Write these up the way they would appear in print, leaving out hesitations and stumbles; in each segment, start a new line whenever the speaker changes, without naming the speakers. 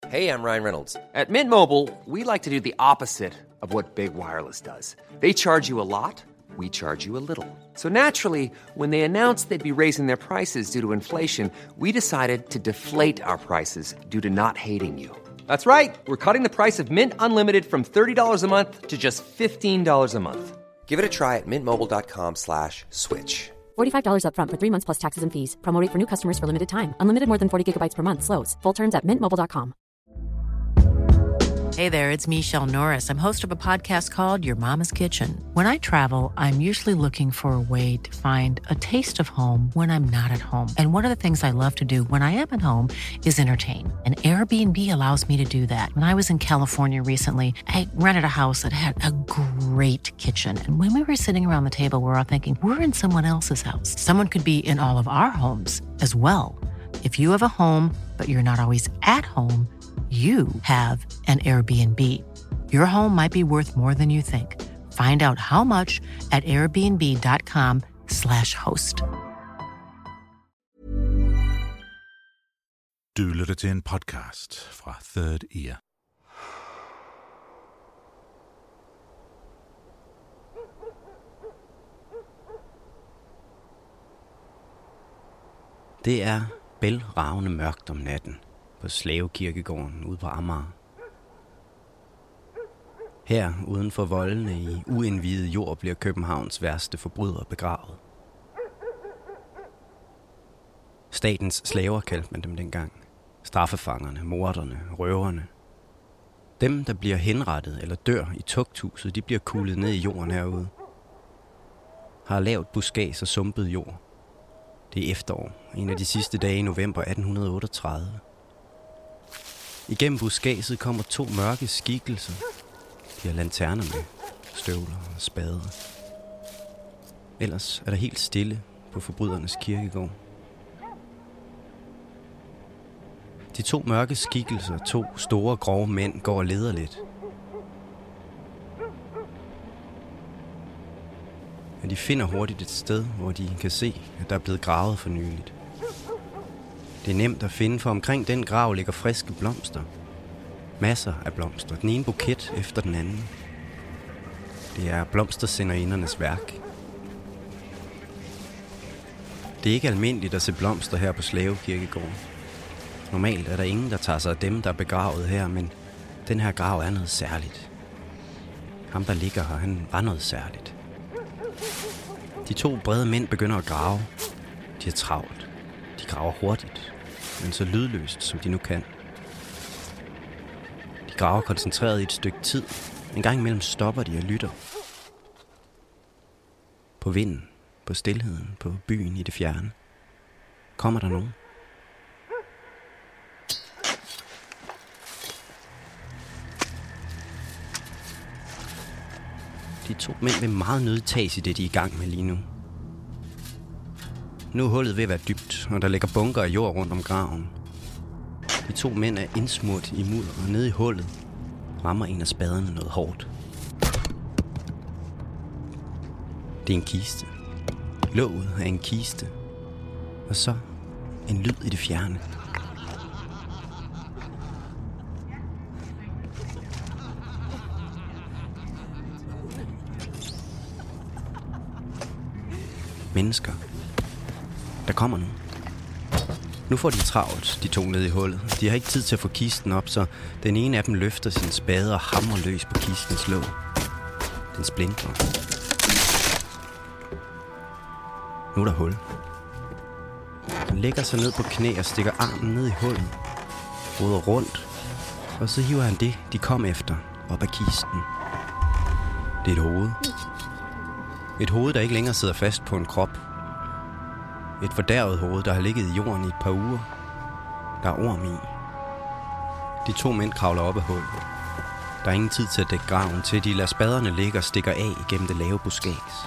Hey, I'm Ryan Reynolds. At Mint Mobile, we like to do the opposite of what Big Wireless does. They charge you a lot, we charge you a little. So naturally, when they announced they'd be raising their prices due to inflation, we decided to deflate our prices due to not hating you. That's right. We're cutting the price of Mint Unlimited from $30 a month to just $15 a month. Give it a try at mintmobile.com/switch.
$45 up front for 3 months plus taxes and fees. Promo rate for new customers for limited time. Unlimited more than 40 gigabytes per month. Slows full terms at mintmobile.com.
Hey there, it's Michelle Norris. I'm host of a podcast called Your Mama's Kitchen. When I travel, I'm usually looking for a way to find a taste of home when I'm not at home. And one of the things I love to do when I am at home is entertain. And Airbnb allows me to do that. When I was in California recently, I rented a house that had a great kitchen. And when we were sitting around the table, we're all thinking, we're in someone else's house. Someone could be in all of our homes as well. If you have a home, but you're not always at home, you have an Airbnb. Your home might be worth more than you think. Find out how much at airbnb.com/host.
Du lytter til en podcast fra Third Ear.
Det er bælragende mørkt om natten på Slavekirkegården ude på Amager. Her uden for voldene i uindviet jord bliver Københavns værste forbrydere begravet. Statens slaver kaldte man dem dengang. Straffefangerne, morderne, røverne. Dem, der bliver henrettet eller dør i tugthuset, de bliver kuglet ned i jorden herude. Har lavt buskads og sumpet jord. Det er efterår, en af de sidste dage i november 1838. Igennem buskadset kommer 2 mørke skikkelser. De har lanterner med, støvler og spader. Ellers er der helt stille på forbrydernes kirkegård. De 2 mørke skikkelser, 2 store grove mænd, går og leder lidt. Men de finder hurtigt et sted, hvor de kan se, at der er blevet gravet for nyligt. Det er nemt at finde, for omkring den grav ligger friske blomster. Masser af blomster, den ene buket efter den anden. Det er blomstersenderindernes værk. Det er ikke almindeligt at se blomster her på Slavekirkegården. Normalt er der ingen, der tager sig af dem, der er begravet her, men den her grav er noget særligt. Ham, der ligger her, han var noget særligt. De 2 brede mænd begynder at grave. De er travlt. De graver hurtigt, men så lydløst, som de nu kan. De graver koncentreret i et stykke tid. En gang imellem stopper de og lytter. På vinden, på stilheden, på byen i det fjerne. Kommer der nogen? De 2 mænd vil meget nødigt tages i det, de er i gang med lige nu. Nu er hullet ved at være dybt, og der ligger bunker af jord rundt om graven. De 2 mænd er indsmurt i mudder, og nede i hullet rammer en af spaderne noget hårdt. Det er en kiste. Låget af en kiste. Og så en lyd i det fjerne. Mennesker. Der kommer nu. Nu får de travlt, de 2 nede i hullet. De har ikke tid til at få kisten op, så den ene af dem løfter sin spade og hamrer løs på kistens låg. Den splintrer. Nu er der hul. Han lægger sig ned på knæ og stikker armen ned i hullet. Roder rundt. Og så hiver han det, de kom efter, op af kisten. Det er et hoved. Et hoved, der ikke længere sidder fast på en krop. Et fordærvet hoved, der har ligget i jorden i et par uger. Der er orm i. De 2 mænd kravler op af hullet. Der er ingen tid til at dække graven til. De lader spaderne ligge og stikker af igennem det lave buskads.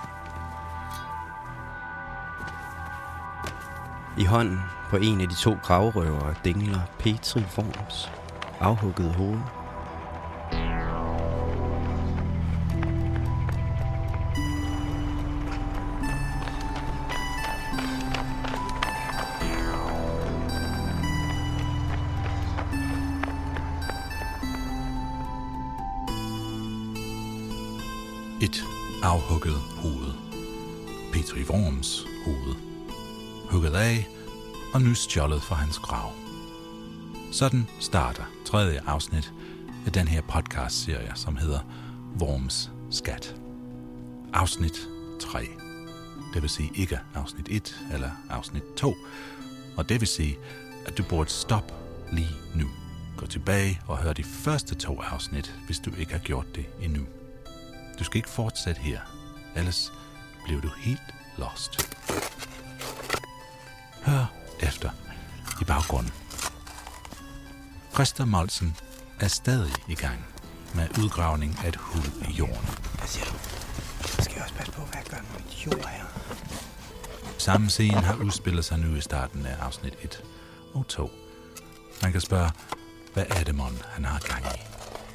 I hånden på en af de 2 gravrøvere dingler Petri Worms afhugget hoved.
afhugget hoved. Petri Worms hoved. Hugget af og nu stjålet fra hans grav. Sådan starter 3. afsnit af den her podcast-serie, som hedder Worms Skat. Afsnit 3. Det vil sige ikke afsnit 1 eller afsnit 2. Og det vil sige, at du burde stoppe lige nu. Gå tilbage og hør de første 2 afsnit, hvis du ikke har gjort det endnu. Du skal ikke fortsætte her, ellers bliver du helt lost. Hør efter i baggrunden. Christer Molsen er stadig i gang med udgravning af et hul i jorden.
Hvad siger du? Jeg skal også passe på, hvad jeg gør med mit jord her.
Samme scene har udspillet sig nu i starten af afsnit 1 og 2. Man kan spørge, hvad er det, han har gang i?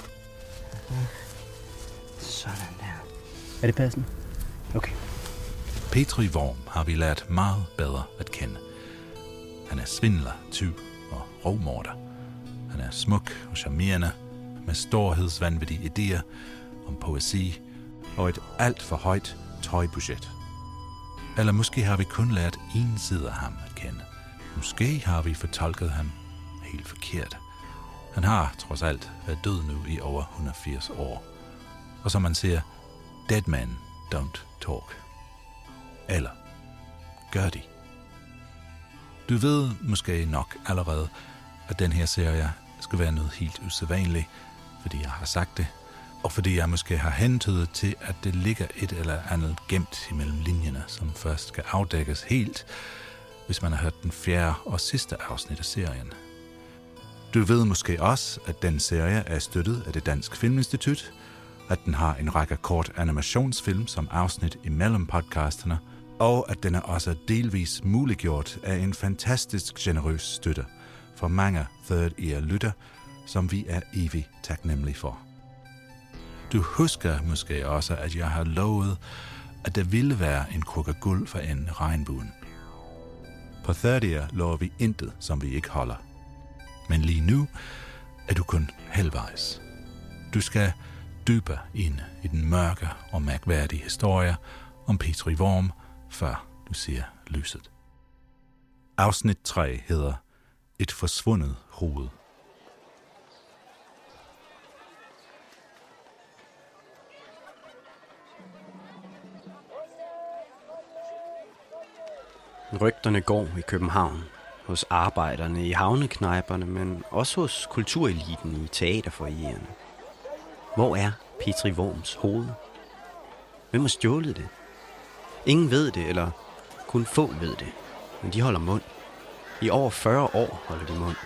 Sådan der. Er det passende? Okay.
Petri Worm har vi lært meget bedre at kende. Han er svindler, tyv og rovmorder. Han er smuk og charmerende, med storhedsvanvittige idéer om poesi og et alt for højt tøjbudget. Eller måske har vi kun lært en side af ham at kende. Måske har vi fortolket ham helt forkert. Han har trods alt været død nu i over 180 år. Og som man siger, dead men don't talk. Eller gør de? Du ved måske nok allerede, at den her serie skal være noget helt usædvanligt, fordi jeg har sagt det, og fordi jeg måske har hentydet til, at det ligger et eller andet gemt imellem linjerne, som først skal afdækkes helt, hvis man har hørt den 4. og sidste afsnit af serien. Du ved måske også, at den serie er støttet af det Danske Filminstitut, at den har en række kort animationsfilm som afsnit imellem podcasterne, og at den er også delvis muliggjort af en fantastisk generøs støtte for mange Third Ear lytter, som vi er evigt taknemmelige for. Du husker måske også, at jeg har lovet, at der ville være en krukke guld for enden af regnbuen. På Third Ear lover vi intet, som vi ikke holder. Men lige nu er du kun halvvejs. Du skal dybere ind i den mørke og mærkværdige historie om Petri Worm, før du ser lyset. Afsnit 3 hedder Et forsvundet hoved.
Rygterne går i København, hos arbejderne i havneknejperne, men også hos kultureliten i teaterfoyererne. Hvor er Petri Worms hoved? Hvem har stjålet det? Ingen ved det, eller kun få ved det, men de holder mund. I over 40 år holder de mund.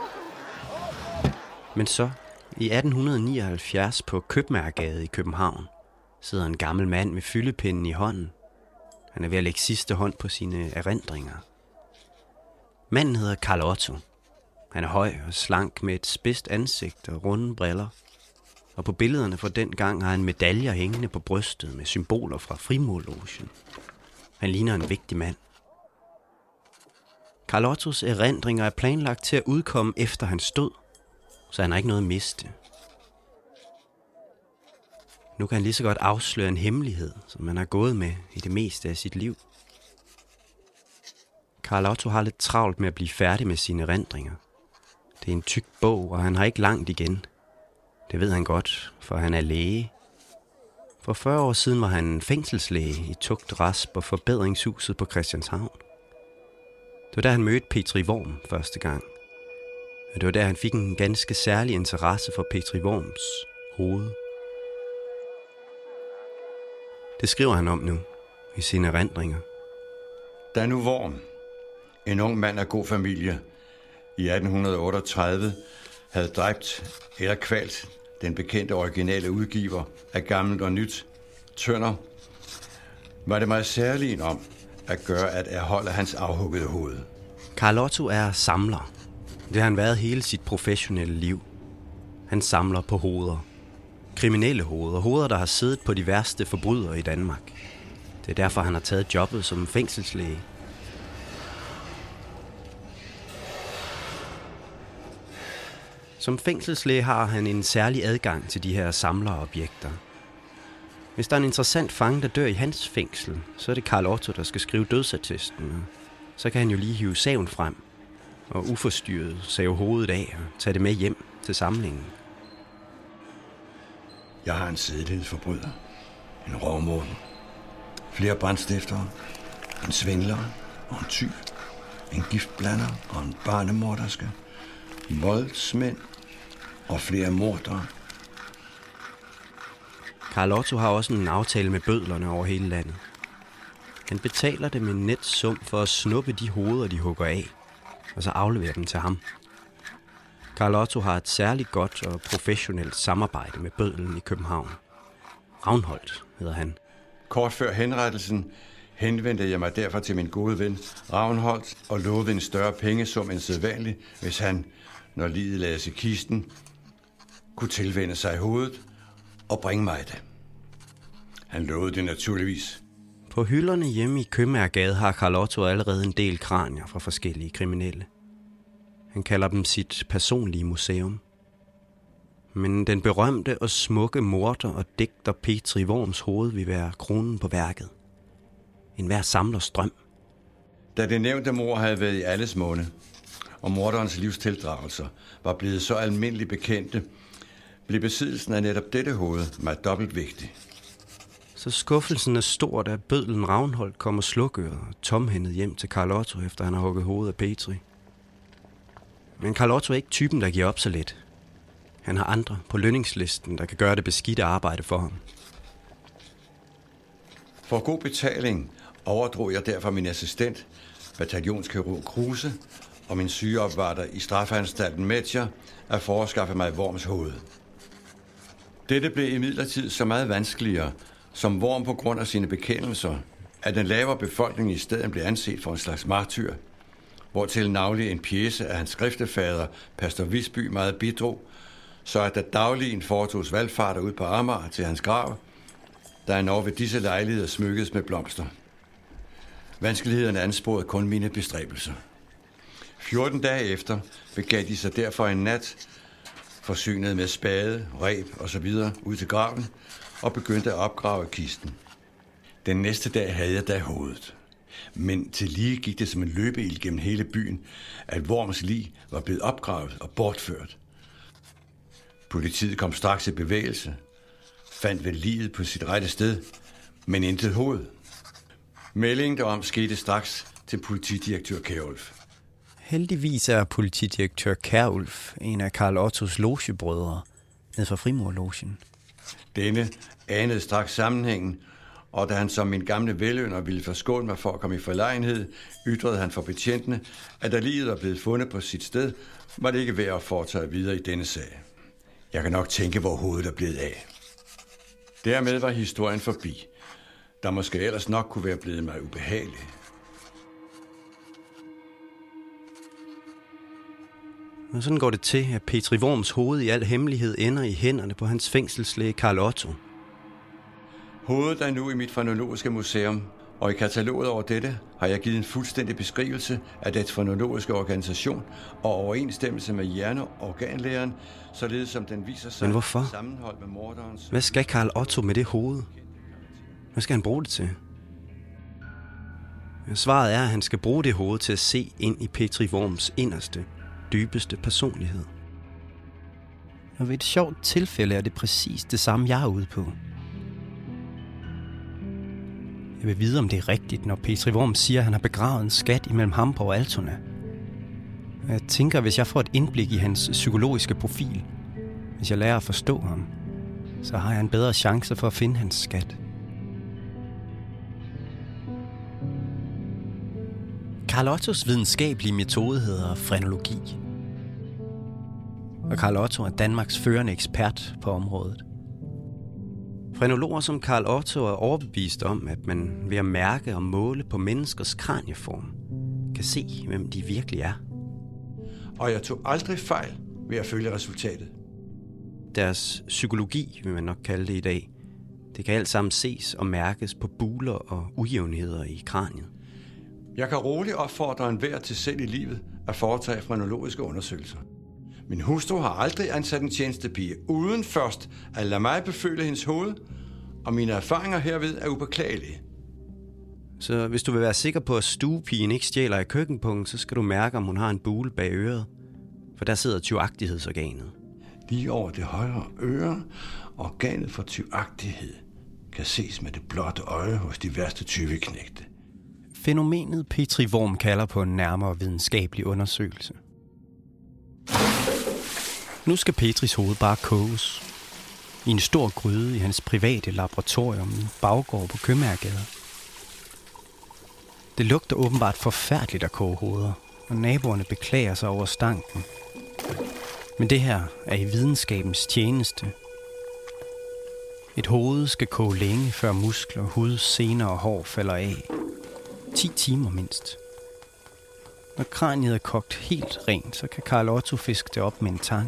Men så, i 1879 på Købmagergade i København, sidder en gammel mand med fyldepinden i hånden. Han er ved at lægge sidste hånd på sine erindringer. Manden hedder Carl Otto. Han er høj og slank med et spidst ansigt og runde briller. Og på billederne fra den gang har han medaljer hængende på brystet med symboler fra Frimurlogen. Han ligner en vigtig mand. Carl Ottos erindringer er planlagt til at udkomme efter hans død, så han har ikke noget at miste. Nu kan han lige så godt afsløre en hemmelighed, som han har gået med i det meste af sit liv. Carl Otto har lidt travlt med at blive færdig med sine erindringer. Det er en tyk bog, og han har ikke langt igen. Det ved han godt, for han er læge. For 40 år siden var han fængselslæge i Tugt, Rasp og Forbedringshuset på Christianshavn. Det var der, han mødte Petri Worm første gang. Og det var der, han fik en ganske særlig interesse for Petri Worms hoved. Det skriver han om nu i sine erindringer.
Da nu Worm, en ung mand af god familie, i 1838 havde dræbt eller kvalt den bekendte originale udgiver af Gammelt og Nyt, Tønder, var det mig særligt om at gøre at erholde hans afhuggede hoved.
Carl Otto er samler. Det har han været hele sit professionelle liv. Han samler på hoveder. Kriminelle hoveder. Hoveder, der har siddet på de værste forbrydere i Danmark. Det er derfor, han har taget jobbet som fængselslæge. Som fængselslæge har han en særlig adgang til de her samlerobjekter. Hvis der er en interessant fange, der dør i hans fængsel, så er det Carl Otto, der skal skrive dødsattesten. Så kan han jo lige hive saven frem, og uforstyrret save hovedet af og tage det med hjem til samlingen.
Jeg har en sædelighedsforbryder, en rovmorder, flere brandstiftere, en svindler og en tyv, en giftblander og en barnemorderske, voldsmænd og flere mordere.
Carl Otto har også en aftale med bødlerne over hele landet. Han betaler dem en net sum for at snuppe de hoveder, de hugger af, og så afleverer dem til ham. Carl Otto har et særligt godt og professionelt samarbejde med bødlen i København. Ravnholdt hedder han.
Kort før henrettelsen henvendte jeg mig derfor til min gode ven Ravnholdt og lovede en større pengesum end sædvanligt, hvis han, når liget lades i kisten, kunne tilvende sig i hovedet og bringe mig det. Han lovede det naturligvis.
På hylderne hjemme i Købmagergade har Carl Otto allerede en del kranier fra forskellige kriminelle. Han kalder dem sit personlige museum. Men den berømte og smukke morder og digter Petri Worms hoved vil være kronen på værket. En hver samlers drøm.
Da det nævnte mord havde været i alles munde, og morderens livstildragelser var blevet så almindeligt bekendte, blev besiddelsen af netop dette hoved meget dobbelt vigtig.
Så skuffelsen er stor, da bødlen Ravnholdt kommer slukøret og tomhændet hjem til Carl Otto, efter han har hugget hovedet af Petri. Men Carl Otto er ikke typen, der giver op så let. Han har andre på lønningslisten, der kan gøre det beskidte arbejde for ham.
For god betaling overdrog jeg derfor min assistent, bataljonskirurg Kruse, og min sygeopvarter i strafanstalten Metscher at foreskaffe mig Worms hoved. Dette blev imidlertid så meget vanskeligere, som Worm på grund af sine bekendelser, at den lavere befolkning i stedet blev anset for en slags martyr, hvortil navnlig en pjece af hans skriftefader, pastor Visby, meget bidrog, så at der dagligen foretogs valgfarter ud på Amager til hans grav, der endnu ved disse lejligheder smykkedes med blomster. Vanskelighederne ansporede kun mine bestræbelser. 14 dage efter begav de sig derfor en nat, forsynet med spade, reb og så videre ud til graven, og begyndte at opgrave kisten. Den næste dag havde jeg da hovedet. Men til lige gik det som en løbeild gennem hele byen, at Worms lig var blevet opgravet og bortført. Politiet kom straks i bevægelse, fandt vel liget på sit rette sted, men intet hoved. Meldingen derom skete straks til politidirektør Kjærulf.
Heldigvis er politidirektør Kjærulf en af Carl Ottos logebrødre ned fra Frimurlogen.
Denne anede straks sammenhængen, og da han som min gamle velønder ville forskåne mig for at komme i forlegenhed, ytrede han for betjentene, at da liget var blevet fundet på sit sted, var det ikke værd at foretage videre i denne sag. Jeg kan nok tænke, hvor hovedet er blevet af. Dermed var historien forbi, der måske ellers nok kunne være blevet mig ubehagelig.
Og sådan går det til, at Petri Worms hoved i al hemmelighed ender i hænderne på hans fængselslæge Carl Otto.
Hovedet er nu i mit frenologiske museum, og i kataloget over dette har jeg givet en fuldstændig beskrivelse af dets frenologiske organisation og overensstemmelse med hjerne- og organlæren, således som den viser sig.
Men hvorfor?
Sammenhold med morderens.
Hvad skal Carl Otto med det hoved? Hvad skal han bruge det til? Svaret er, at han skal bruge det hoved til at se ind i Petri Worms inderste, dybeste personlighed. Og ved et sjovt tilfælde er det præcis det samme, jeg er ude på. Jeg vil vide, om det er rigtigt, når Petri Worm siger, at han har begravet en skat imellem Hamborg og Altona. Jeg tænker, hvis jeg får et indblik i hans psykologiske profil, hvis jeg lærer at forstå ham, så har jeg en bedre chance for at finde hans skat. Carl Ottos videnskabelige metode hedder frenologi. Og Carl Otto er Danmarks førende ekspert på området. Frenologer som Carl Otto er overbevist om, at man ved at mærke og måle på menneskers kranieform, kan se, hvem de virkelig er.
Og jeg tog aldrig fejl ved at følge resultatet.
Deres psykologi, vil man nok kalde det i dag, det kan alt sammen ses og mærkes på buler og ujævnheder i kraniet.
Jeg kan roligt opfordre enhver til selv i livet at foretage frenologiske undersøgelser. Min hustru har aldrig ansat en tjenestepige, uden først at lade mig beføle hendes hoved og mine erfaringer herved er upåklagelige.
Så hvis du vil være sikker på, at stuepigen ikke stjæler i køkkenpungen, så skal du mærke, om hun har en bule bag øret. For der sidder tyvagtighedsorganet.
Lige over det højre øre, organet for tyvagtighed kan ses med det blotte øje hos de værste tyveknægte.
Fænomenet Petri Worm kalder på en nærmere videnskabelig undersøgelse. Nu skal Petris hoved bare koges. I en stor gryde i hans private laboratorium i baggård på Købmagergade. Det lugter åbenbart forfærdeligt at koge hoveder, og naboerne beklager sig over stanken. Men det her er i videnskabens tjeneste. Et hoved skal koge længe, før muskler, hud, sener og hår falder af. 10 timer mindst. Når kraniet er kogt helt rent, så kan Carl Otto fiske det op med en tang.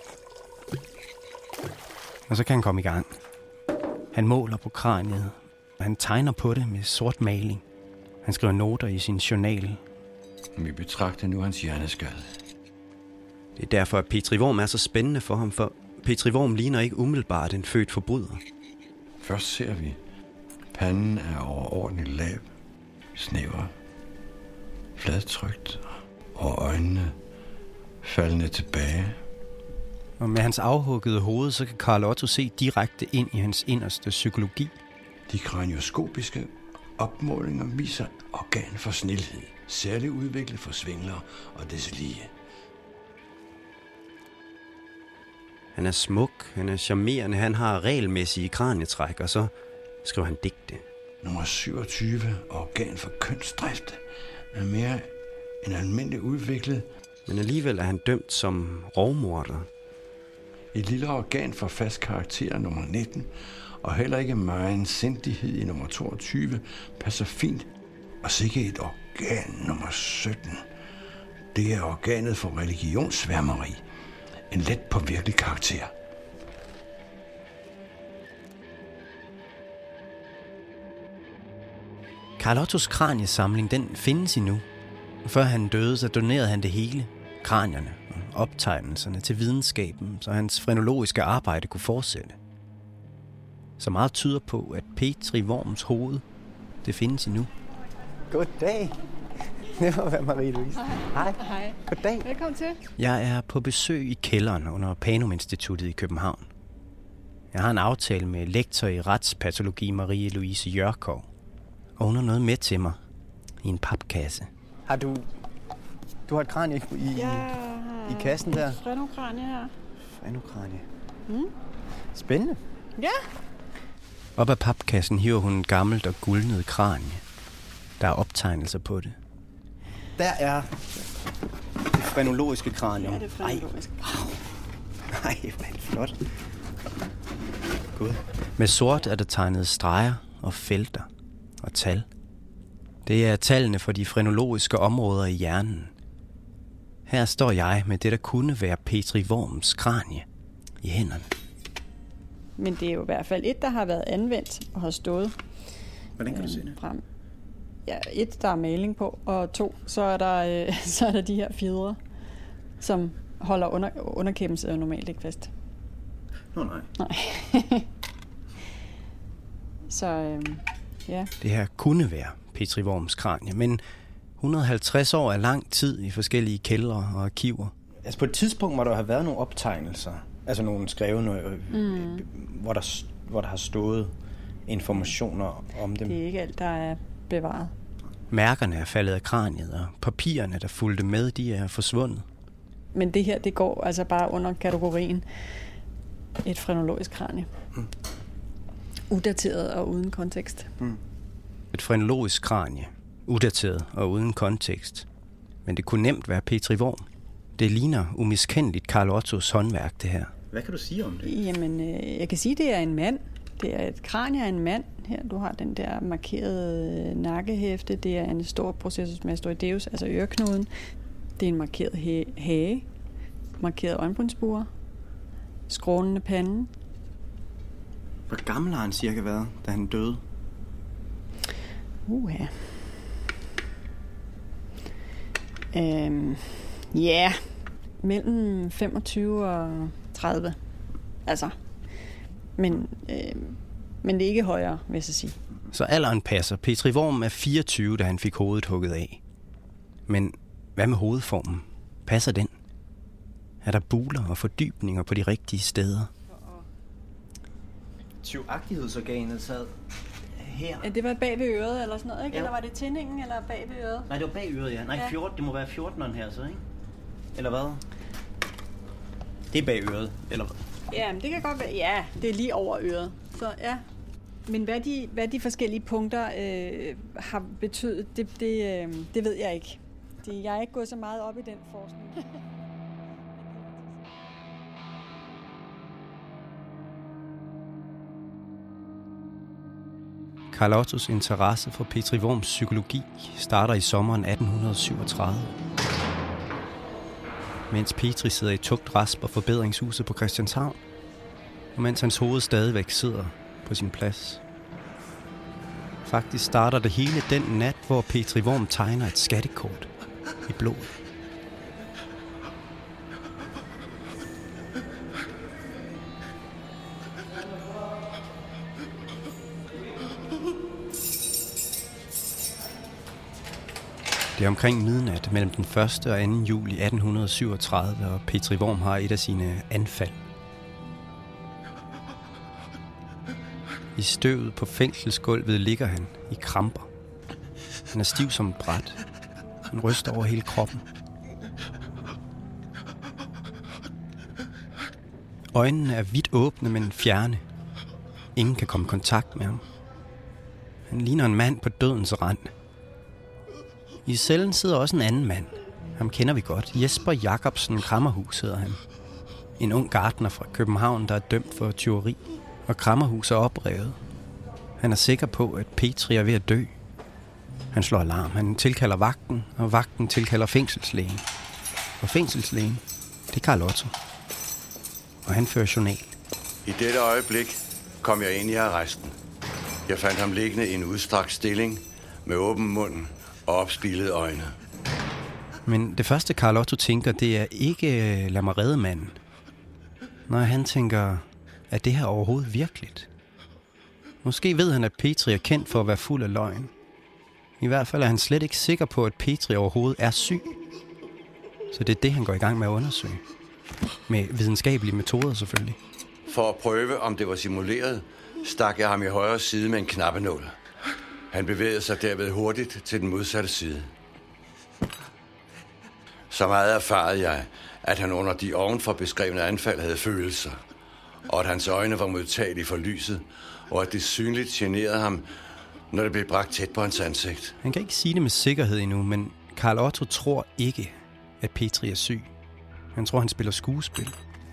Og så kan han komme i gang. Han måler på kraniet, og han tegner på det med sort maling. Han skriver noter i sin journal.
Vi betragter nu hans hjerneskal.
Det er derfor, at Petri Worm er så spændende for ham, for Petri Worm ligner ikke umiddelbart en født forbryder.
Først ser vi, panden er overordentligt lav, snæver, fladtrykt, og øjnene faldende tilbage.
Og med hans afhuggede hoved, så kan Carl Otto se direkte ind i hans inderste psykologi.
De kranioskopiske opmålinger viser organ for snilhed, særligt udviklet for svindlere og deslige.
Han er smuk, han er charmerende, han har regelmæssige kranietræk, og så skriver han digte.
Nummer 27, organ for kønsdrift, er mere end almindeligt udviklet.
Men alligevel er han dømt som rovmorder.
Et lille organ for fast karakter, nummer 19, og heller ikke meget sindighed i nummer 22, passer fint. Og sikke et organ, nummer 17. Det er organet for religionssværmeri. En let påvirkelig karakter.
Carl Ottos kraniesamling, den findes endnu. Før han døde, så donerede han det hele. Kranierne og optegnelserne til videnskaben, så hans frenologiske arbejde kunne fortsætte. Så meget tyder på, at Petri Worms hoved, det findes endnu. Goddag. Det må være Marie-Louise. Hej.
Hej.
Goddag.
Velkommen til.
Jeg er på besøg i kælderen under Panum-instituttet i København. Jeg har en aftale med lektor i retspatologi Marie-Louise Jørkov. Og hun har noget med til mig i en papkasse. Har du har et kranie i kassen der?
Frenokranie her.
Frenokranie. Spændende.
Ja.
Op af papkassen hiver hun et gammelt og guldnet kranie. Der er optegnelser på det. Der er det frenologiske kranium.
Ja, det frenologiske.
Nej, hvor er det flot. Gud. Med sort er der tegnet streger og felter og tal. Det er tallene for de frenologiske områder i hjernen. Her står jeg med det, der kunne være Petri Worms kranie i hænderne.
Men det er jo i hvert fald et, der har været anvendt og har stået.
Hvordan kan du se det?
Frem. Ja, 1, der er maling på, og 2, så er der de her fjedre, som holder underkæben sidder normalt ikke fast.
Nej.
Nej. Så ja.
Det her kunne være Petri Worms kranie, men 150 år er lang tid i forskellige kældre og arkiver. Altså på et tidspunkt må der have været nogle optegnelser, altså nogle skrevne, hvor der har stået informationer om dem.
Det er ikke alt, der er bevaret.
Mærkerne er faldet af kraniet, og papirerne, der fulgte med, de er forsvundet.
Men det her, det går altså bare under kategorien et frenologisk kranie. Udateret og uden kontekst.
Et frenologisk kranie, udateret og uden kontekst. Men det kunne nemt være Petri Worm. Det ligner umiskendeligt Carl Ottos håndværk, det her. Hvad kan du sige om det?
Jamen, jeg kan sige, det er en mand. Det er et kranie af en mand. Her, du har den der markerede nakkehæfte. Det er en stor processus mastoideus, altså øreknuden. Det er en markeret hage. Markeret øjenbrynsbuer. Skrånende pande.
Hvor gammel har han cirka været, da han døde?
Ja, mellem 25 og 30. Altså, men Men det er ikke højere, vil jeg så sige.
Så alderen passer. Petri Worm er 24, da han fik hovedet hugget af. Men hvad med hovedformen? Passer den? Er der buler og fordybninger på de rigtige steder?
Tyvagtighedsorganet sad her.
Ja, det var bag ved øret eller sådan noget, ikke?
Ja.
Eller var det tændingen eller bag ved øret?
Nej, det var bag øret, ja. Nej, 14, det må være 14'eren her så, ikke? Eller hvad? Det er bag øret, eller hvad?
Ja, men det kan godt være. Ja, det er lige over øret. Så ja. Men hvad de forskellige punkter har betydet, det ved jeg ikke. Jeg er ikke gået så meget op i den forskning.
Carl Ottos interesse for Petri Worms psykologi starter i sommeren 1837. Mens Petri sidder i tugt rasp og forbedringshuset på Christianshavn, og mens hans hoved stadigvæk sidder på sin plads. Faktisk starter det hele den nat, hvor Petri Worm tegner et skattekort i blodet. Det er omkring midnat mellem den 1. og 2. juli 1837, og Petri Worm har et af sine anfald. I støvet på fængselsgulvet ligger han i kramper. Han er stiv som et bræt. Han ryster over hele kroppen. Øjnene er vidt åbne, men fjerne. Ingen kan komme i kontakt med ham. Han ligner en mand på dødens rand. I cellen sidder også en anden mand. Ham kender vi godt. Jesper Jacobsen Krammerhus hedder han. En ung gartner fra København, der er dømt for tyveri. Og Krammerhus er oprevet. Han er sikker på, at Petri er ved at dø. Han slår alarm. Han tilkalder vagten, og vagten tilkalder fængselslægen. Og fængselslægen, det er Carl Otto. Og han fører journal.
I dette øjeblik kom jeg ind i arresten. Jeg fandt ham liggende i en udstrakt stilling med åben mund og opspilede øjne.
Men det første Carl Otto tænker, det er ikke lad mig redde manden. Nej, han tænker, er det her overhovedet virkeligt? Måske ved han, at Petri er kendt for at være fuld af løgn. I hvert fald er han slet ikke sikker på, at Petri overhovedet er syg. Så det er det, han går i gang med at undersøge. Med videnskabelige metoder selvfølgelig.
For at prøve, om det var simuleret, stak jeg ham i højre side med en knappenål. Han bevægede sig derved hurtigt til den modsatte side. Så meget erfarede jeg, at han under de ovenfor beskrevne anfald havde følelser, og at hans øjne var modtagelige for lyset, og at det synligt generede ham, når det blev bragt tæt på hans ansigt.
Han kan ikke sige det med sikkerhed endnu, men Carl Otto tror ikke, at Petri er syg. Han tror, han spiller skuespil.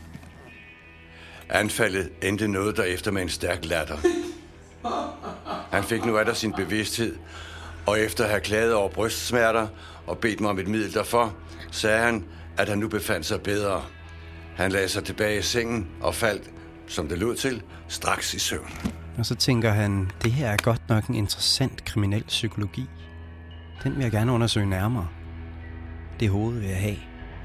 Anfaldet endte noget derefter med en stærk latter. Han fik nu atter sin bevidsthed, og efter at have klaget over brystsmerter og bedt mig om et middel derfor, sagde han, at han nu befandt sig bedre. Han lagde sig tilbage i sengen og faldt, som det lød til, straks i søvn.
Og så tænker han, det her er godt nok en interessant kriminel psykologi. Den vil jeg gerne undersøge nærmere. Det hoved vil jeg have.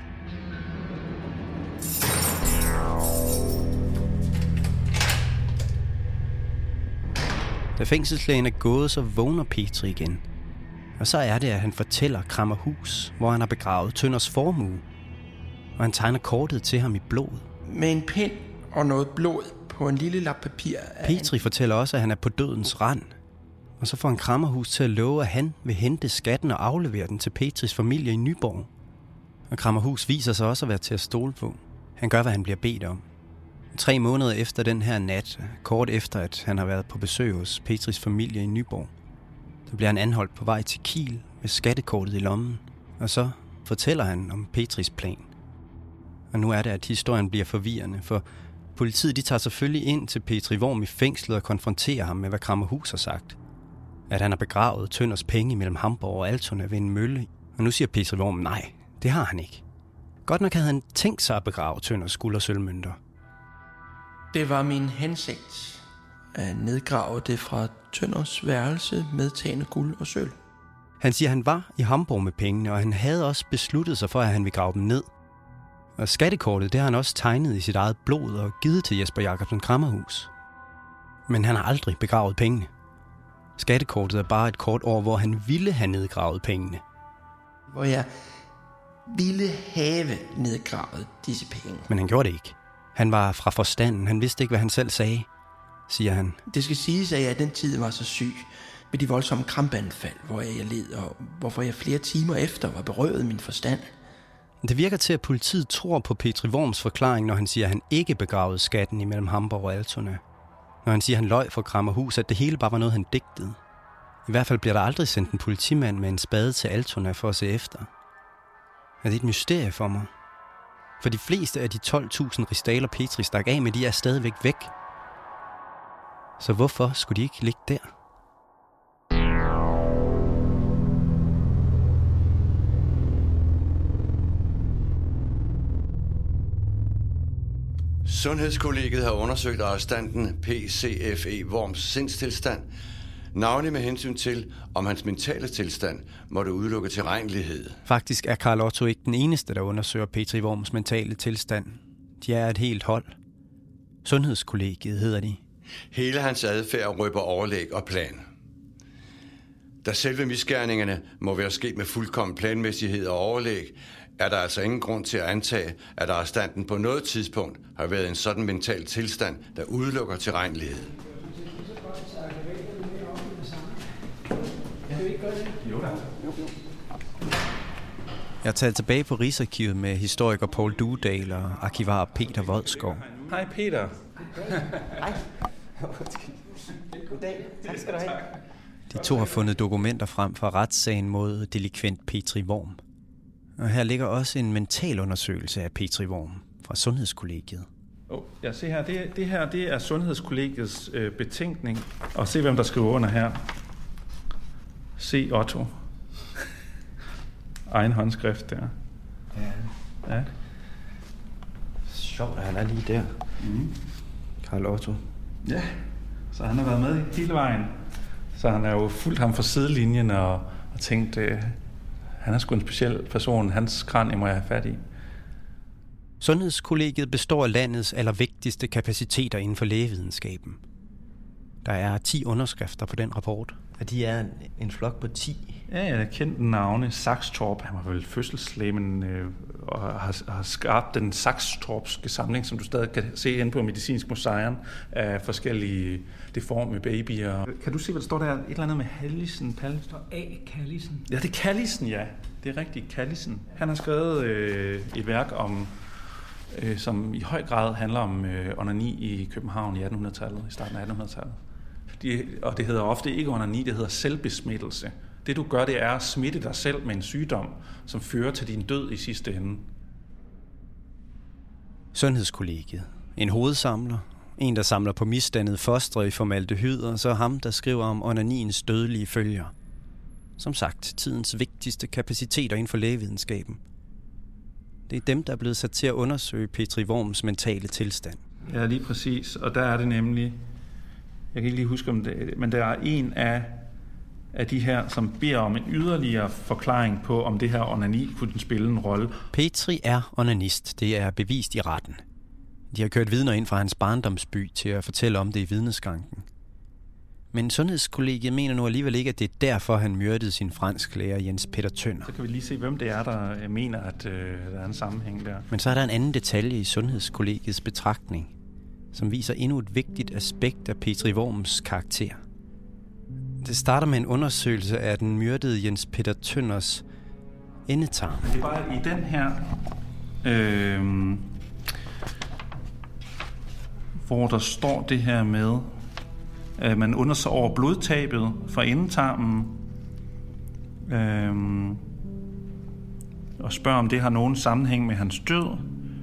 Da fængselslægen er gået, så vågner Petri igen. Og så er det, at han fortæller Krammerhus, hvor han har begravet Tønders formue. Og han tegner kortet til ham i blod.
Med en pind og noget blod på en lille lap papir.
Petri fortæller også, at han er på dødens rand. Og så får han Krammerhus til at love, at han vil hente skatten og aflevere den til Petris familie i Nyborg. Og Krammerhus viser sig også at være til at stole på. Han gør, hvad han bliver bedt om. 3 måneder efter den her nat, kort efter at han har været på besøg hos Petris familie i Nyborg, så bliver han anholdt på vej til Kiel med skattekortet i lommen. Og så fortæller han om Petris plan. Og nu er det, at historien bliver forvirrende, for politiet de tager selvfølgelig ind til Petri Worm i fængslet og konfronterer ham med, hvad Krammerhus har sagt. At han har begravet Tønders penge mellem Hamborg og Altona ved en mølle. Og nu siger Petri Worm, nej, det har han ikke. Godt nok havde han tænkt sig at begrave Tønders guld og sølvmønter.
Det var min hensigt at nedgrave det fra Tønders værelse medtagende guld og sølv.
Han siger, at han var i Hamborg med pengene, og han havde også besluttet sig for, at han ville grave dem ned. Og skattekortet, det har han også tegnet i sit eget blod og givet til Jesper Jacobsen Krammerhus. Men han har aldrig begravet pengene. Skattekortet er bare et kort over, hvor han ville have nedgravet pengene.
Hvor jeg ville have nedgravet disse penge.
Men han gjorde det ikke. Han var fra forstanden. Han vidste ikke, hvad han selv sagde, siger han.
Det skal siges, at jeg den tid var så syg med de voldsomme krampeanfald, hvor jeg led, og hvorfor jeg flere timer efter var berøvet min forstand.
Det virker til, at politiet tror på Petri Worms forklaring, når han siger, at han ikke begravede skatten imellem Hamborg og Altona. Når han siger, at han løj for Krammerhus, at det hele bare var noget, han digtede. I hvert fald bliver der aldrig sendt en politimand med en spade til Altona for at se efter. Er det et mysterie for mig? For de fleste af de 12.000 rigsdaler Petri stak af med, de er stadigvæk væk. Så hvorfor skulle de ikke ligge der?
Sundhedskollegiet har undersøgt arrestanten PCFE Worms sindstilstand, navnlig med hensyn til, om hans mentale tilstand måtte udelukke tilregnelighed.
Faktisk er Carl Otto ikke den eneste, der undersøger Petri Worms mentale tilstand. De er et helt hold. Sundhedskollegiet hedder de.
Hele hans adfærd røber overlæg og plan. Da selve misgerningerne må være sket med fuldkommen planmæssighed og overlæg, er der altså ingen grund til at antage, at arrestanten på noget tidspunkt har været en sådan mental tilstand, der udelukker tilregnelighed.
Jeg er taget tilbage på Rigsarkivet med historiker Poul Duedal og arkivar Peter Vodskov.
Hej Peter.
Hej. Goddag. Tak skal du have.
De to har fundet dokumenter frem fra retssagen mod delikvent Petri Worm. Og her ligger også en mentalundersøgelse af Petri Worm fra Sundhedskollegiet.
Jeg ser her, det er Sundhedskollegiets betænkning. Og se, hvem der skriver under her. C. Otto. Egen håndskrift der. Ja.
Sjovt, at han er lige der. Carl Otto.
Ja, så han har været med hele vejen. Så han har jo fulgt ham fra sidelinjen og tænkt, han er sgu en speciel person. Hans kranie må jeg have fat i.
Sundhedskollegiet består af landets allervigtigste kapaciteter inden for lægevidenskaben. Der er 10 underskrifter på den rapport.
Og de er en flok på 10.
Ja, jeg kendte navne. Saxtorp, han var vel fødselslæge, men og har skabt den Saxtorpske samling, som du stadig kan se inde på Medicinsk Museum, af forskellige deforme babyer. Kan du se, hvad der står der? Et eller andet med Hallisen, Palle? Der står A. Callisen. Ja, det er Callisen, ja. Det er rigtigt, Callisen. Han har skrevet et værk om, som i høj grad handler om onani i København i 1800-tallet, i starten af 1800-tallet. Og det hedder ofte ikke onani, det hedder selvbesmittelse. Det du gør, det er at smitte dig selv med en sygdom, som fører til din død i sidste ende.
Sundhedskollegiet. En hovedsamler. En, der samler på misdannede fostre i formaldehyd, og så ham, der skriver om onaniens dødelige følger. Som sagt, tidens vigtigste kapaciteter inden for lægevidenskaben. Det er dem, der er blevet sat til at undersøge Petri Worms mentale tilstand.
Ja, lige præcis. Og der er det nemlig, jeg kan ikke lige huske om det, men der er en af de her, som beder om en yderligere forklaring på, om det her onani kunne spille en rolle.
Petri er onanist. Det er bevist i retten. De har kørt vidner ind fra hans barndomsby til at fortælle om det i vidneskanken. Men Sundhedskollegiet mener nu alligevel ikke, at det er derfor, han myrdede sin fransklærer Jens Peter Tønder.
Så kan vi lige se, hvem det er, der mener, at der er en sammenhæng der.
Men så er der en anden detalje i Sundhedskollegiets betragtning, som viser endnu et vigtigt aspekt af Petri Worms karakter. Det starter med en undersøgelse af den myrdede Jens Peter Tønders endetarm.
Det er bare i den her, hvor der står det her med, at man undersøger over blodtabet fra endetarmen, og spørger, om det har nogen sammenhæng med hans død.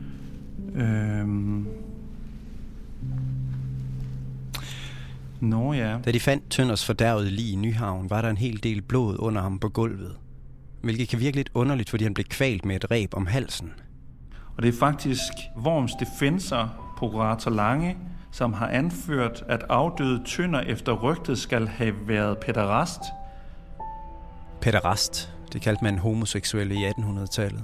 Nå ja.
Da de fandt Tønders fordærvede lig i Nyhavn, var der en hel del blod under ham på gulvet. Hvilket kan virke lidt underligt, fordi han blev kvalt med et reb om halsen.
Og det er faktisk Worms defensor, prokurator Lange, som har anført, at afdøde Tønder efter rygtet skal have været pæderast.
Pæderast, det kaldte man homoseksuelle i 1800-tallet.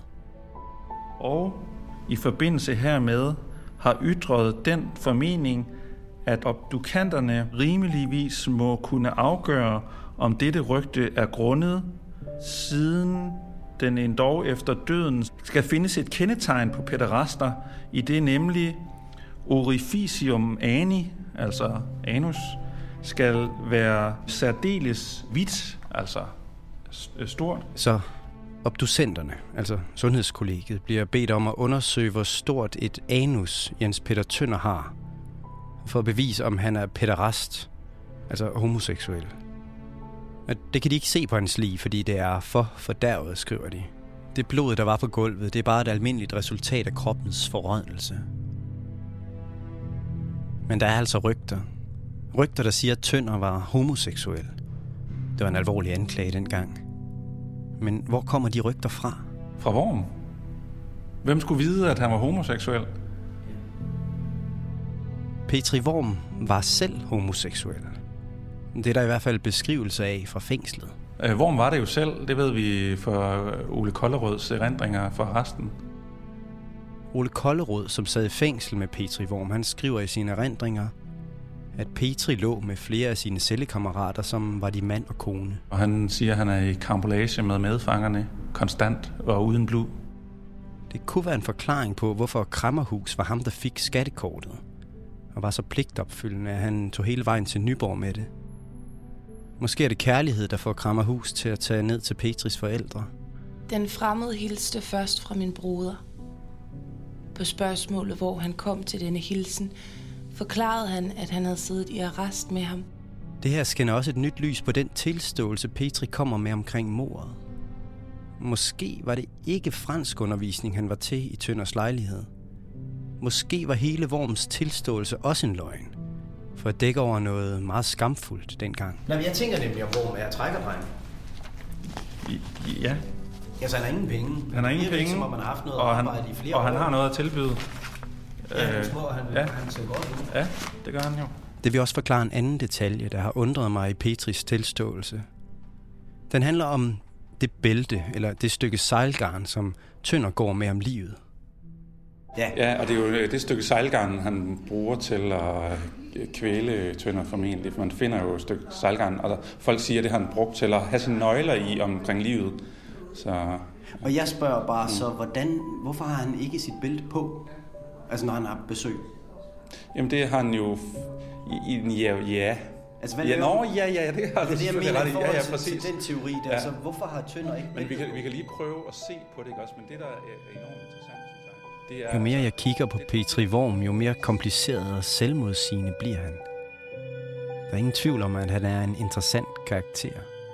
Og i forbindelse hermed har ytret den formening, at obdukanterne rimeligvis må kunne afgøre, om dette rygte er grundet, siden den endog efter døden skal findes et kendetegn på pæderaster, i det nemlig orificium ani, altså anus, skal være særdeles hvidt, altså stort.
Så obducenterne, altså sundhedskollegiet, bliver bedt om at undersøge, hvor stort et anus Jens Peter Tønder har, for at bevise, om han er pæderast, altså homoseksuel. Og det kan de ikke se på hans lig, fordi det er for fordærvet, skriver de. Det blod, der var på gulvet, det er bare et almindeligt resultat af kroppens forrådnelse. Men der er altså rygter. Rygter, der siger, at Tønder var homoseksuel. Det var en alvorlig anklage dengang. Men hvor kommer de rygter fra?
Fra Worm. Hvem skulle vide, at han var homoseksuel?
Petri Worm var selv homoseksuel. Det er der i hvert fald beskrivelse af fra fængslet.
Worm var det jo selv, det ved vi fra Ole Kollerøds erindringer fra resten.
Ole Kollerød, som sad i fængsel med Petri Worm, han skriver i sine erindringer, at Petri lå med flere af sine cellekammerater, som var de mand og kone.
Og han siger, at han er i karambolage med medfangerne, konstant og uden blod.
Det kunne være en forklaring på, hvorfor Krammerhus var ham, der fik skattekortet, og var så pligtopfyldende, at han tog hele vejen til Nyborg med det. Måske er det kærlighed, der får Krammerhus til at tage ned til Petris forældre.
Den fremmede hilste først fra min broder. På spørgsmålet, hvor han kom til denne hilsen, forklarede han, at han havde siddet i arrest med ham.
Det her skinner også et nyt lys på den tilståelse, Petri kommer med omkring mordet. Måske var det ikke fransk undervisning, han var til i Tønders lejlighed. Måske var hele Worms tilståelse også en løgn, for at dække over noget meget skamfuldt dengang.
Nej, jeg tænker nemlig, om Worm er trækkerdreng.
Ja.
Altså, han har ingen penge.
Han har ingen penge,
som om han har haft noget arbejde i flere år.
Og han har noget at tilbyde.
Ja, han er små, og han ser godt ud.
Ja, det gør han jo.
Det vil også forklare en anden detalje, der har undret mig i Petris tilståelse. Den handler om det bælte, eller det stykke sejlgarn, som Tønder går med om livet.
Ja, og det er jo det stykke sejlgarn, han bruger til at kvæle Tønder formentlig. Man finder jo et stykke sejlgarn, og folk siger, at det har han brugt til at have sine nøgler i omkring livet. Så...
Og jeg spørger bare så, hvorfor har han ikke sit bælte på? Altså når han har besøg?
Jamen det har han jo... Ja.
Altså, hvad
det har han.
Det er det, jeg mener i forhold
til
den teori der. Ja. Så hvorfor har Tønder ikke...
Men vi kan lige prøve at se på det, ikke også? Men det, der er enormt interessant, synes jeg...
Jo mere jeg kigger på Petri Worm, jo mere kompliceret og selvmodsigende bliver han. Der er ingen tvivl om, at han er en interessant karakter.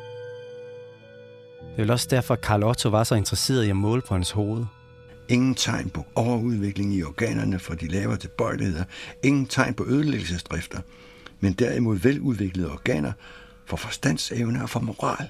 Det er vel også derfor, at Carl Otto var så interesseret i at måle på hans hoved.
Ingen tegn på overudvikling i organerne for de lavere tilbøjeligheder. Ingen tegn på ødelæggelsesdrifter. Men derimod veludviklede organer for forstandsevne og for moral.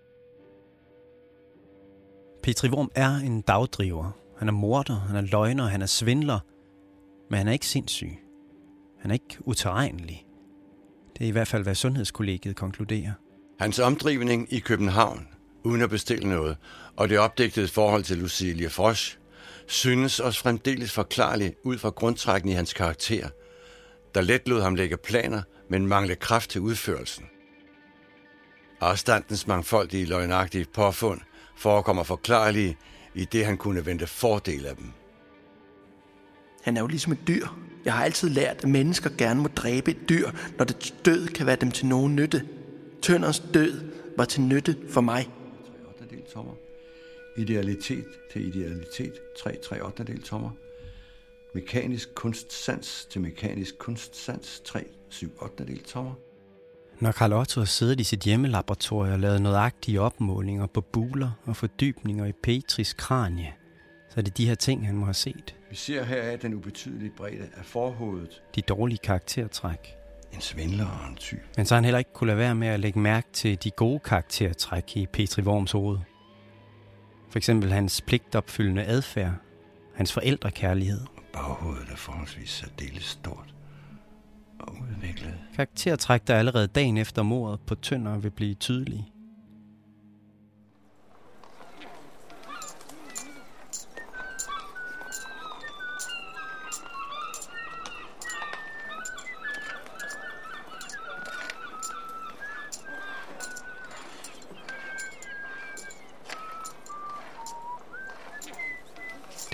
Petri Worm er en dagdriver. Han er morder, han er løgner, han er svindler. Men han er ikke sindssyg. Han er ikke utilregnelig. Det er i hvert fald, hvad sundhedskollegiet konkluderer.
Hans omdrivning i København, uden at bestille noget, og det opdigtede forhold til Lucilia Frosch, synes os fremdeles forklarligt ud fra grundtrækken i hans karakter, der let lod ham lægge planer, men manglede kraft til udførelsen. Arrestantens mangfoldige løgnagtige påfund forekommer forklarlige, i det han kunne vente fordel af dem.
Han er jo ligesom et dyr. Jeg har altid lært, at mennesker gerne må dræbe et dyr, når det død kan være dem til nogen nytte. Tønders død var til nytte for mig.
3/8 tommer. Idealitet til idealitet. 3/8 tommer. Mekanisk kunstsans til mekanisk kunstsans. 3/7 tommer.
Når Carl Otto har siddet i sit hjemmelaboratorium og lavet nøjagtige opmålinger på buler og fordybninger i Petris kranie, så er det de her ting, han må have set.
Vi ser heraf den ubetydelige bredde af forhovedet.
De dårlige karaktertræk.
En svindler og en tyv.
Men så han heller ikke kunne lade være med at lægge mærke til de gode karaktertræk i Petri Worms hoved. For eksempel hans pligtopfyldende adfærd, hans forældrekærlighed.
Baghovedet er forholdsvis særdeles stort og udviklet.
Karaktertræk, der allerede dagen efter mordet på Tønder vil blive tydelige.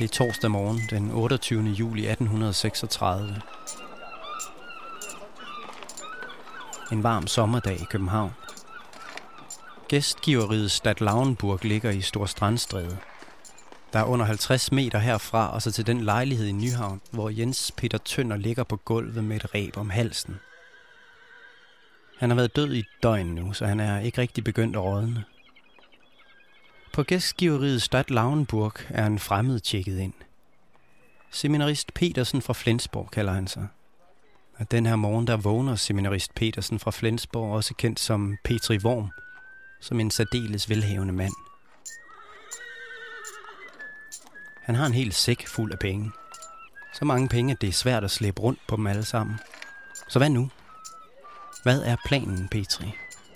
Det er torsdag morgen, den 28. juli 1836. En varm sommerdag i København. Gæstgiveriet Stadt Lauenburg ligger i Storstrandstræde. Der er under 50 meter herfra og så til den lejlighed i Nyhavn, hvor Jens Peter Tønder ligger på gulvet med et reb om halsen. Han har været død i et døgn nu, så han er ikke rigtig begyndt at rådne. På gæstgiveriet Stadt Lauenburg er en fremmed tjekket ind. Seminarist Petersen fra Flensborg kalder han sig. Og den her morgen der vågner seminarist Petersen fra Flensborg, også kendt som Petri Worm, som en særdeles velhavende mand. Han har en hel sæk fuld af penge. Så mange penge, at det er svært at slæbe rundt på dem alle sammen. Så hvad nu? Hvad er planen, Petri?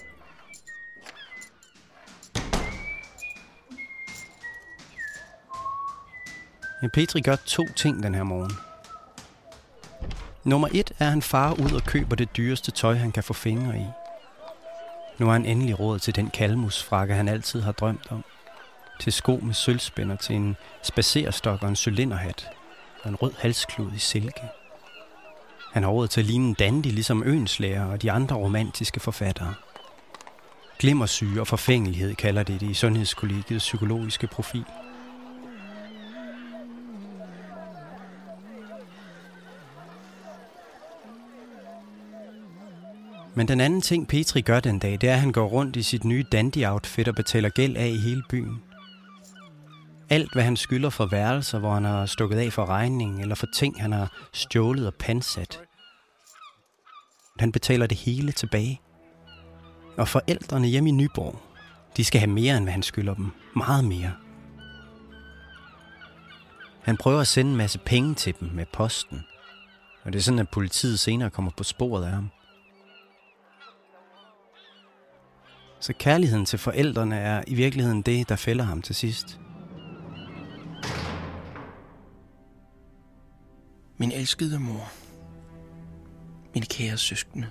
Ja, Petri gør 2 ting den her morgen. Nummer 1 er, at han farer ud og køber det dyreste tøj, han kan få fingre i. Nu har han endelig råd til den kalmusfrakke, han altid har drømt om. Til sko med sølvspænder, til en spacerstok og en cylinderhat, og en rød halsklud i silke. Han har råd til at ligne en dandy, ligesom Øenslæger og de andre romantiske forfattere. Glimmersyge og forfængelighed kalder det i Sundhedskollegiets psykologiske profil. Men den anden ting, Petri gør den dag, det er, at han går rundt i sit nye dandy-outfit og betaler gæld af i hele byen. Alt, hvad han skylder for værelser, hvor han har stukket af for regningen, eller for ting, han har stjålet og pansat. Han betaler det hele tilbage. Og forældrene hjemme i Nyborg, de skal have mere, end hvad han skylder dem. Meget mere. Han prøver at sende en masse penge til dem med posten. Og det er sådan, at politiet senere kommer på sporet af ham. Så kærligheden til forældrene er i virkeligheden det, der fælder ham til sidst.
Min elskede mor. Mine kære søskende.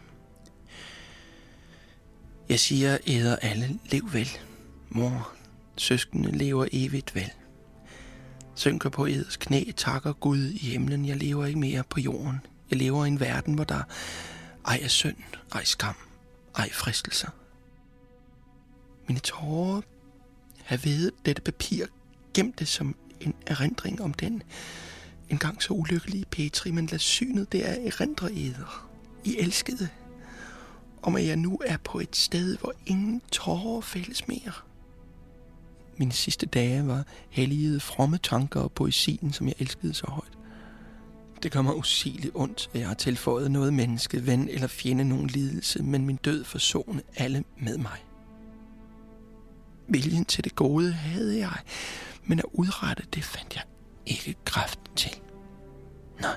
Jeg siger eder alle, lev vel. Mor, søskende lever evigt vel. Synker på eders knæ, takker Gud i himlen. Jeg lever ikke mere på jorden. Jeg lever i en verden, hvor der ej er synd, ej skam, ej fristelser. Mine tårer har vedet dette papir, gemt det som en erindring om den engang så ulykkelige Petri, men lad synet det er erindre eder, I elskede, om at jeg nu er på et sted, hvor ingen tårer fælles mere. Mine sidste dage var helligede fromme tanker og poesien, som jeg elskede så højt. Det gør mig usigeligt ondt, at jeg har tilføjet noget menneske, ven eller fjende nogen lidelse, men min død forsone alle med mig. Viljen til det gode havde jeg, men at udrette det fandt jeg ikke kraft til. Nej.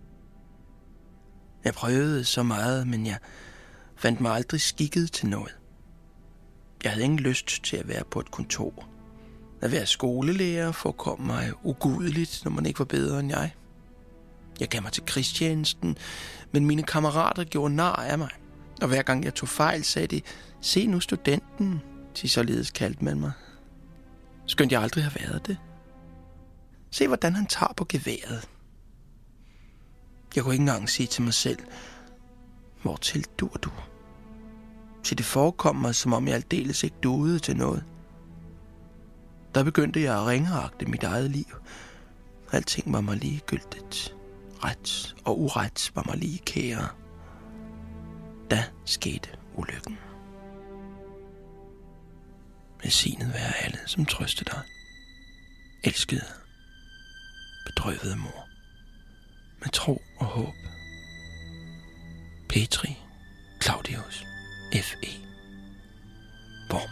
Jeg prøvede så meget, men jeg fandt mig aldrig skikket til noget. Jeg havde ingen lyst til at være på et kontor. At være skolelærer forekom mig ugudeligt, når man ikke var bedre end jeg. Jeg gav mig til krigstjenesten, men mine kammerater gjorde nar af mig. Og hver gang jeg tog fejl, sagde de, se nu studenten, til således kaldte man mig. Skønt jeg aldrig har været det. Se, hvordan han tager på geværet. Jeg kunne ikke engang sige til mig selv, hvortil dur du? Til det forekom mig, som om jeg aldeles ikke duede til noget. Der begyndte jeg at ringeagte mit eget liv. Alting var mig ligegyldigt. Ret og uret var mig lige kære. Da skete ulykken. Velsignet være alle, som trøste dig. Elskede, bedrøvede mor. Med tro og håb. Petri Claudius F.E. Worm.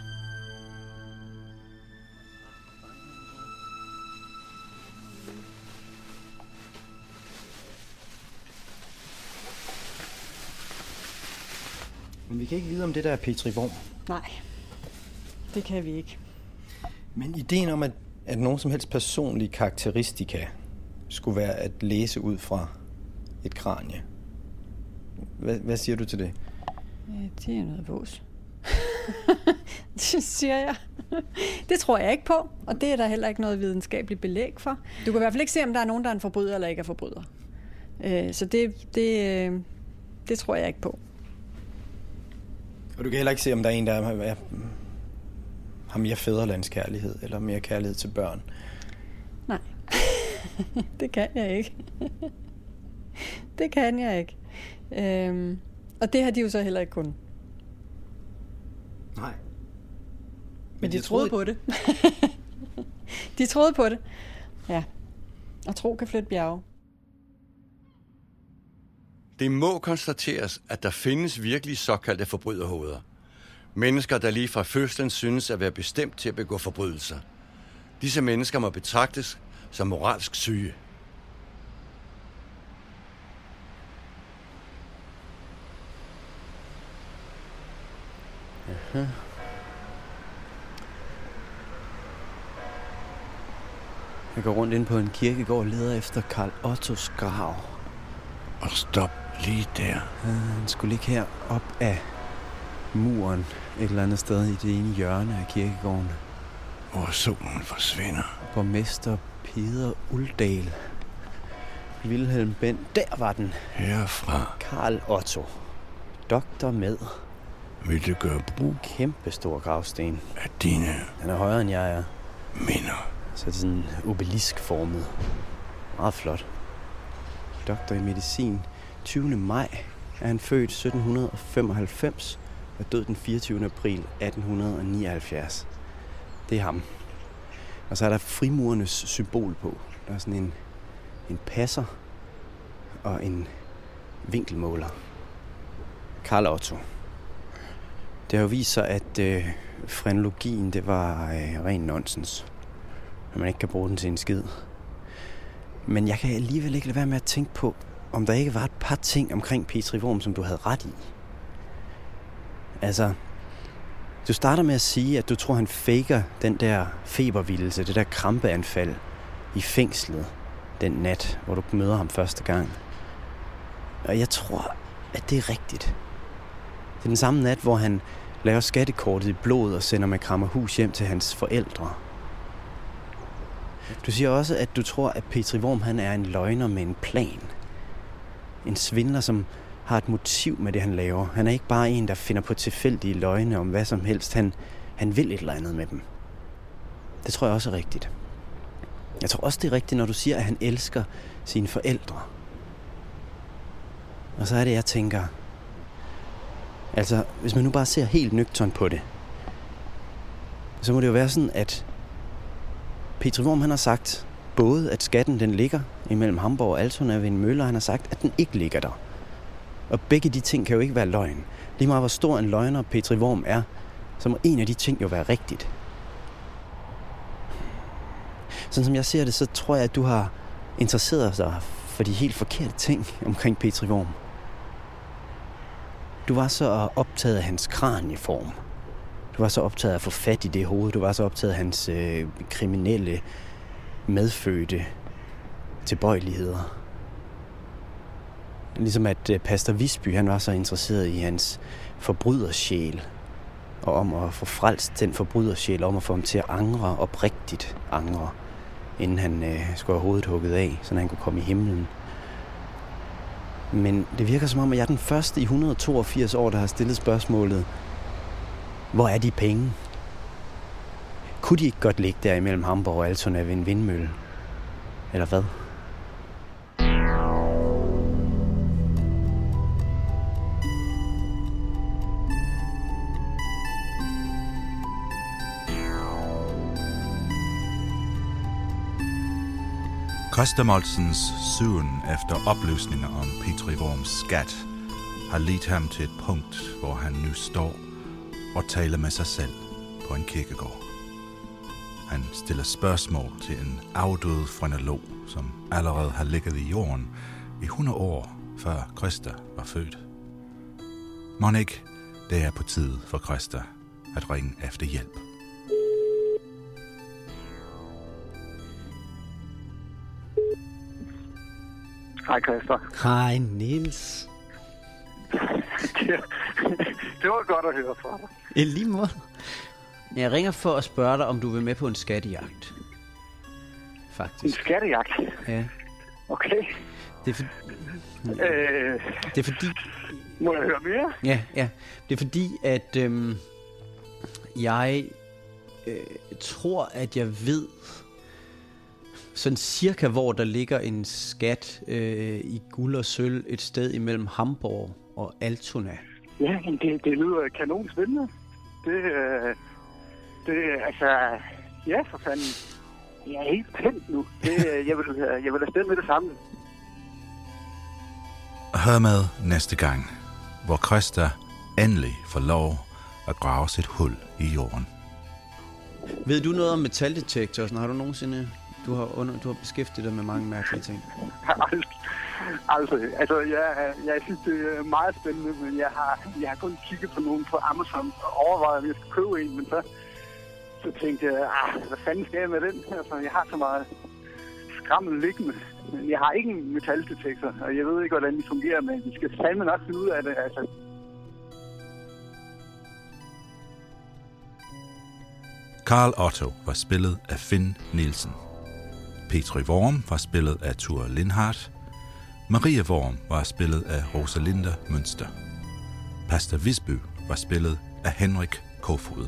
Men vi kan ikke vide, om det der er Petri Worm.
Nej, det kan vi ikke.
Men ideen om, at nogen som helst personlige karakteristika skulle være at læse ud fra et kranie. Hvad siger du til det?
Ja, det er noget vås. Det siger jeg. Det tror jeg ikke på, og det er der heller ikke noget videnskabeligt belæg for. Du kan i hvert fald ikke se, om der er nogen, der er en forbryder eller ikke er forbryder. Så det tror jeg ikke på.
Og du kan heller ikke se, om der er en, der har mere fædrelandskærlighed eller mere kærlighed til børn?
Nej, det kan jeg ikke. Det kan jeg ikke. Og det har de jo så heller ikke kunnet.
Nej.
Men de troede på det. De troede på det. Ja. Og tro kan flytte bjerge.
Det må konstateres, at der findes virkelig såkaldte forbryderhoveder. Mennesker, der lige fra fødslen synes at være bestemt til at begå forbrydelser. Disse mennesker må betragtes som moralsk syge.
Aha. Jeg går rundt ind på en kirkegård og leder efter Karl Ottos grav.
Og stop lige der.
Han skulle ligge her op af muren et eller andet sted i det ene hjørne af kirkegården.
Hvor solen forsvinder.
Borgmester Peder Uldal. Wilhelm Bent. Der var den.
Herfra.
Karl Otto. Doktor med.
Vil du gøre brug?
Kæmpe stor gravsten.
Af dine.
Den er højere end jeg er.
Minder.
Så det er sådan obeliskformet. Meget flot. Doktor i medicin. 20. maj er han født 1795 og død den 24. april 1879. Det er ham. Og så er der frimurernes symbol på. Der er sådan en passer og en vinkelmåler. Karl Otto. Det har jo vist sig, at frenologien, det var ren nonsens. At man ikke kan bruge den til en skid. Men jeg kan alligevel ikke lade være med at tænke på, om der ikke var et par ting omkring Petri Worm, som du havde ret i. Altså, du starter med at sige, at du tror, han faker den der febervildelse, det der krampeanfald i fængslet den nat, hvor du møder ham første gang. Og jeg tror, at det er rigtigt. Det er den samme nat, hvor han laver skattekortet i blod og sender Krammerhus hjem til hans forældre. Du siger også, at du tror, at Petri Worm, han er en løgner med en plan. En svindler, som har et motiv med det, han laver. Han er ikke bare en, der finder på tilfældige løgne om hvad som helst. Han vil et eller andet med dem. Det tror jeg også er rigtigt. Jeg tror også, det er rigtigt, når du siger, at han elsker sine forældre. Og så er det, jeg tænker... Altså, hvis man nu bare ser helt nøgternt på det, så må det jo være sådan, at Petri Worm, han har sagt både, at skatten den ligger imellem Hamborg og Altona ved en mølle, og han har sagt, at den ikke ligger der. Og begge de ting kan jo ikke være løgn. Lige meget hvor stor en løgner Petri Worm er, så må en af de ting jo være rigtigt. Sådan som jeg ser det, så tror jeg, at du har interesseret dig for de helt forkerte ting omkring Petri Worm. Du var så optaget af hans kranieform. Du var så optaget af at få fat i det hoved. Du var så optaget af hans kriminelle, medfødte tilbøjeligheder. Ligesom at Pastor Visby, han var så interesseret i hans forbrydersjæl. Og om at få frelst den forbrydersjæl, om at få ham til at angre, oprigtigt angre, inden han skulle have hovedet hugget af, så han kunne komme i himlen. Men det virker som om, at jeg er den første i 182 år, der har stillet spørgsmålet, hvor er de penge? Kunne de ikke godt ligge der imellem Hamborg og Altona ved en vindmølle? Eller hvad?
Christa Molsens søgen efter oplysninger om Petri Worms skat har ledt ham til et punkt, hvor han nu står og taler med sig selv på en kirkegård. Han stiller spørgsmål til en afdød frenolog, som allerede har ligget i jorden i 100 år, før Christa var født. Mon ikke, det er på tide for Christa at ringe efter hjælp.
Hej Christa.
Hej Niels.
Det var godt at høre fra dig.
I lige måde. Jeg ringer for at spørge dig, om du vil med på en skattejagt. Faktisk.
En skattejagt?
Ja.
Okay.
Det er fordi...
Må jeg høre mere?
Ja. Det er fordi, at jeg tror, at jeg ved sådan cirka, hvor der ligger en skat i guld og sølv et sted imellem Hamburg og Altona.
Ja, det lyder kanonspændende. Altså, ja, for fanden. Jeg er helt tændt nu. Jeg vil afsted med det samme.
Hør med næste gang, hvor Christa endelig får lov at grave sit hul i jorden.
Ved du noget om metaldetektor? Har du nogensinde... Du har beskæftiget dig med mange mærkelige ting.
Altså, jeg synes, det er meget spændende, men jeg har kun kigget på nogen på Amazon og overvejet, om jeg skal købe en, men så tænkte jeg, hvad fanden skal jeg med den? Altså, jeg har så meget skrammel liggende, men jeg har ikke en metaldetektor, og jeg ved ikke, hvordan de fungerer, men vi skal fandme nok finde ud af det, altså.
Carl Otto var spillet af Finn Nielsen. Petri Worm var spillet af Ture Lindhardt. Maria Worm var spillet af Rosalinda Münster. Pastor Visby var spillet af Henrik Kofod.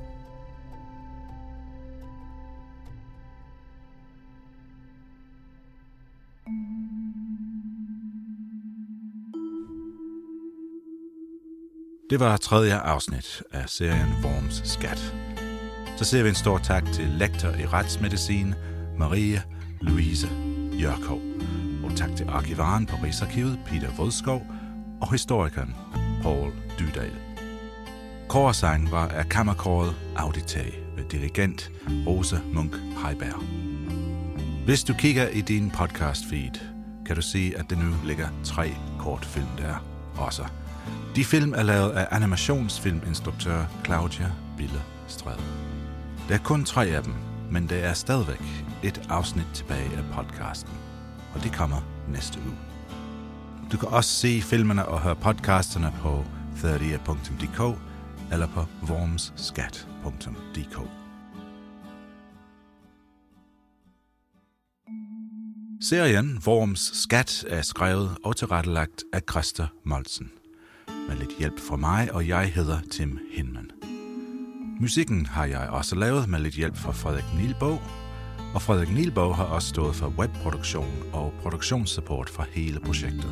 Det var 3. afsnit af serien Worms Skat. Så ser vi en stor tak til lektor i retsmedicin, Maria Louise Jørkov. Og tak til arkivaren på Rigsarkivet, Peter Vodskov, og historikeren, Paul Dydal. Korsang var af kammerkoret Auditag ved dirigent Rosa Munk-Heiberg. Hvis du kigger i din podcast-feed, kan du se, at det nu ligger 3 kortfilm der også. De film er lavet af animationsfilminstruktør Claudia Bille Stræde. Der er kun 3 af dem, men der er stadigvæk et afsnit tilbage af podcasten, og det kommer næste uge. Du kan også se filmene og høre podcasterne på 30.dk eller på wormsskat.dk. Serien Worms Skat er skrevet og tilrettelagt af Christa Moltzen. Med lidt hjælp fra mig, og jeg hedder Tim Hinman. Musikken har jeg også lavet med lidt hjælp fra Frederik Nielbog, og Frederik Nielbog har også stået for webproduktion og produktionssupport for hele projektet.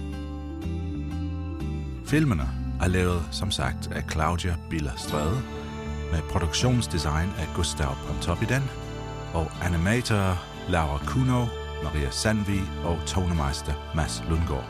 Filmene er lavet, som sagt, af Claudia Biller Stræde, med produktionsdesign af Gustav Pontoppidan, og animatorer Laura Kuno, Maria Sandvig og tonemeister Mads Lundgaard.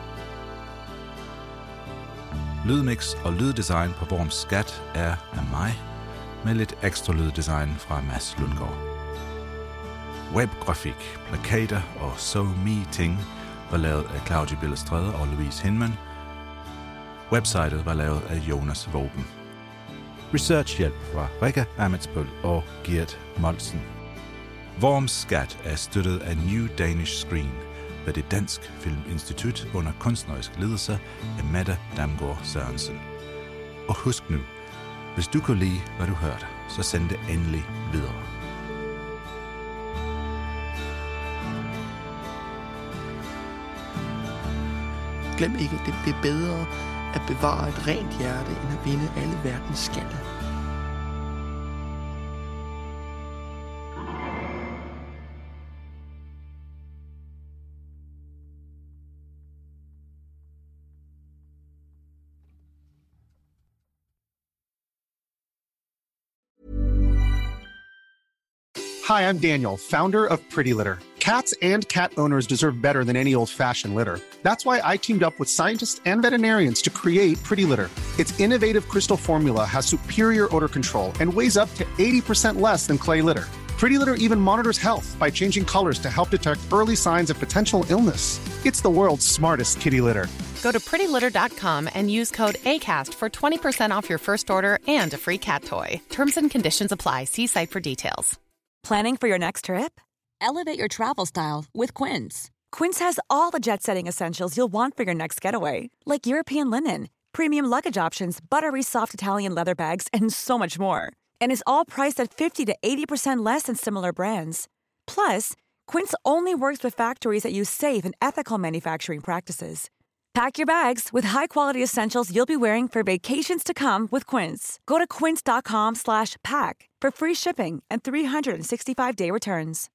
Lydmix og lyddesign på Worms Skat er af mig, med lidt ekstra lyddesign fra Mads Lundgaard. Webgrafik, plakater og So Me Ting var lavet af Claudia Bille Stræde og Louise Hinman. Websitet var lavet af Jonas Våben. Researchhjælp fra Rikke Amitsbøl og Gert Molsen. Worms Skat er støttet af New Danish Screen ved det Dansk Filminstitut under kunstnerisk ledelse af Mette Damgaard Sørensen. Og husk nu, hvis du kunne lide, hvad du hørte, så send det endelig videre.
Glem ikke, at det er bedre at bevare et rent hjerte, end at vinde alle verdens skatte.
Hi, I'm Daniel, founder of Pretty Litter. Cats and cat owners deserve better than any old-fashioned litter. That's why I teamed up with scientists and veterinarians to create Pretty Litter. Its innovative crystal formula has superior odor control and weighs up to 80% less than clay litter. Pretty Litter even monitors health by changing colors to help detect early signs of potential illness. It's the world's smartest kitty litter.
Go to prettylitter.com and use code ACAST for 20% off your first order and a free cat toy. Terms and conditions apply. See site for details.
Planning for your next trip? Elevate your travel style with Quince. Quince has all the jet-setting essentials you'll want for your next getaway, like European linen,
premium luggage options, buttery soft Italian leather bags, and so much more. And is all priced at 50 to 80% less than similar brands. Plus, Quince only works with factories that use safe and ethical manufacturing practices. Pack your bags with high-quality essentials you'll be wearing for vacations to come with Quince. Go to quince.com/pack for free shipping and 365-day returns.